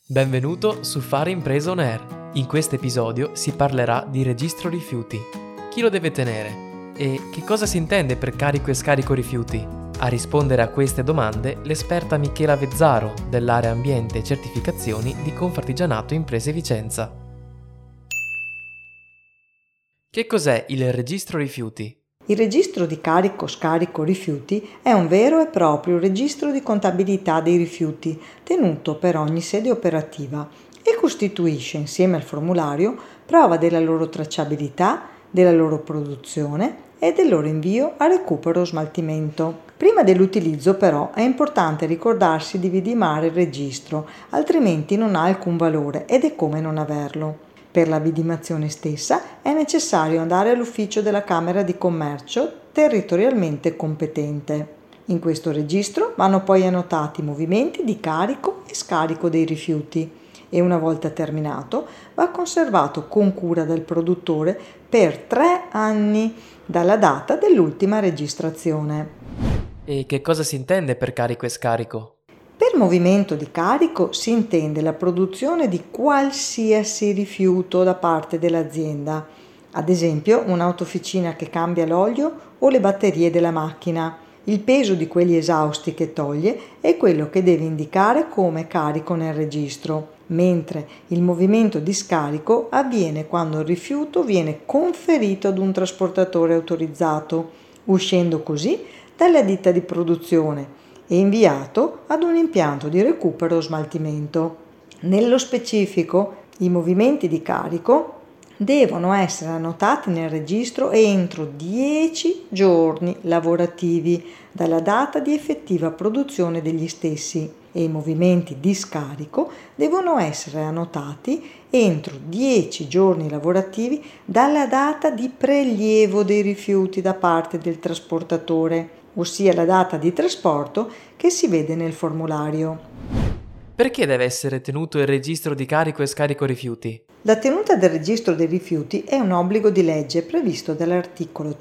Benvenuto su Fare Impresa On Air. In questo episodio si parlerà di registro rifiuti. Chi lo deve tenere? E che cosa si intende per carico e scarico rifiuti? A rispondere a queste domande l'esperta Michela Vezzaro dell'area Ambiente e Certificazioni di Confartigianato Imprese Vicenza. Che cos'è il registro rifiuti? Il registro di carico-scarico rifiuti è un vero e proprio registro di contabilità dei rifiuti, tenuto per ogni sede operativa e costituisce, insieme al formulario, prova della loro tracciabilità, della loro produzione e del loro invio a recupero o smaltimento. Prima dell'utilizzo però è importante ricordarsi di vidimare il registro, altrimenti non ha alcun valore ed è come non averlo. Per la vidimazione stessa è necessario andare all'ufficio della Camera di Commercio territorialmente competente. In questo registro vanno poi annotati i movimenti di carico e scarico dei rifiuti e una volta terminato va conservato con cura dal produttore per 3 anni dalla data dell'ultima registrazione. E che cosa si intende per carico e scarico? Per movimento di carico si intende la produzione di qualsiasi rifiuto da parte dell'azienda, ad esempio un'autofficina che cambia l'olio o le batterie della macchina. Il peso di quegli esausti che toglie è quello che deve indicare come carico nel registro, mentre il movimento di scarico avviene quando il rifiuto viene conferito ad un trasportatore autorizzato, uscendo così dalla ditta di produzione e inviato ad un impianto di recupero o smaltimento. Nello specifico, i movimenti di carico devono essere annotati nel registro entro 10 giorni lavorativi dalla data di effettiva produzione degli stessi e i movimenti di scarico devono essere annotati entro 10 giorni lavorativi dalla data di prelievo dei rifiuti da parte del trasportatore, ossia la data di trasporto che si vede nel formulario. Perché deve essere tenuto il registro di carico e scarico rifiuti? La tenuta del registro dei rifiuti è un obbligo di legge previsto dall'articolo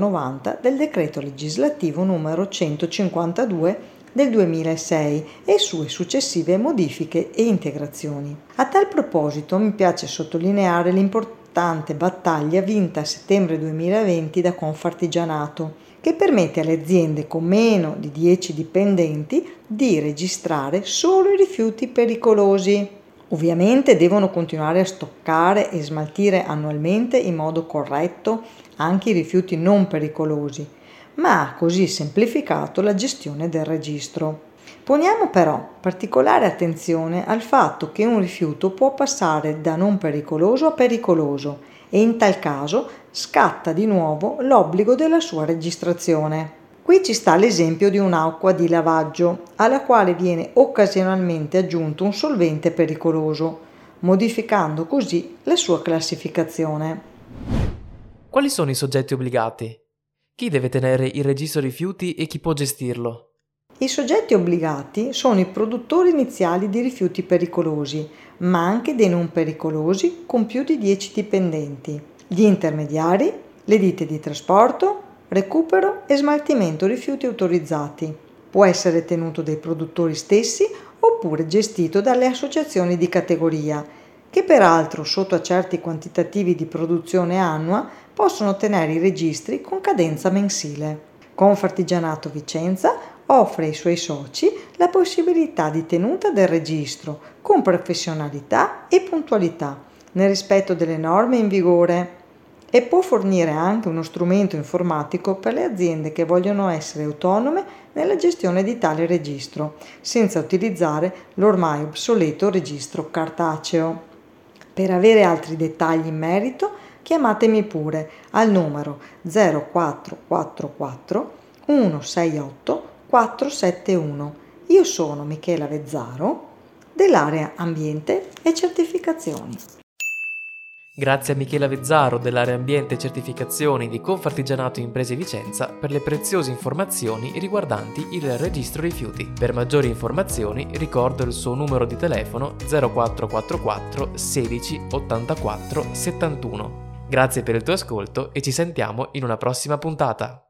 190 del decreto legislativo numero 152 del 2006 e sue successive modifiche e integrazioni. A tal proposito mi piace sottolineare l'importante battaglia vinta a settembre 2020 da Confartigianato, che permette alle aziende con meno di 10 dipendenti di registrare solo i rifiuti pericolosi. Ovviamente devono continuare a stoccare e smaltire annualmente in modo corretto anche i rifiuti non pericolosi, ma ha così semplificato la gestione del registro. Poniamo però particolare attenzione al fatto che un rifiuto può passare da non pericoloso a pericoloso e in tal caso scatta di nuovo l'obbligo della sua registrazione. Qui ci sta l'esempio di un'acqua di lavaggio alla quale viene occasionalmente aggiunto un solvente pericoloso, modificando così la sua classificazione. Quali sono i soggetti obbligati? Chi deve tenere il registro rifiuti e chi può gestirlo? I soggetti obbligati sono i produttori iniziali di rifiuti pericolosi, ma anche dei non pericolosi con più di 10 dipendenti, gli intermediari, le ditte di trasporto, recupero e smaltimento rifiuti autorizzati. Può essere tenuto dai produttori stessi oppure gestito dalle associazioni di categoria, che peraltro sotto a certi quantitativi di produzione annua possono tenere i registri con cadenza mensile. Confartigianato Vicenza offre ai suoi soci la possibilità di tenuta del registro con professionalità e puntualità, nel rispetto delle norme in vigore, e può fornire anche uno strumento informatico per le aziende che vogliono essere autonome nella gestione di tale registro, senza utilizzare l'ormai obsoleto registro cartaceo. Per avere altri dettagli in merito, chiamatemi pure al numero 0444 168 471. Io sono Michela Vezzaro dell'area Ambiente e Certificazioni. Grazie a Michela Vezzaro dell'area Ambiente e Certificazioni di Confartigianato Imprese Vicenza per le preziose informazioni riguardanti il registro rifiuti. Per maggiori informazioni ricordo il suo numero di telefono 0444 16 84 71. Grazie per il tuo ascolto e ci sentiamo in una prossima puntata.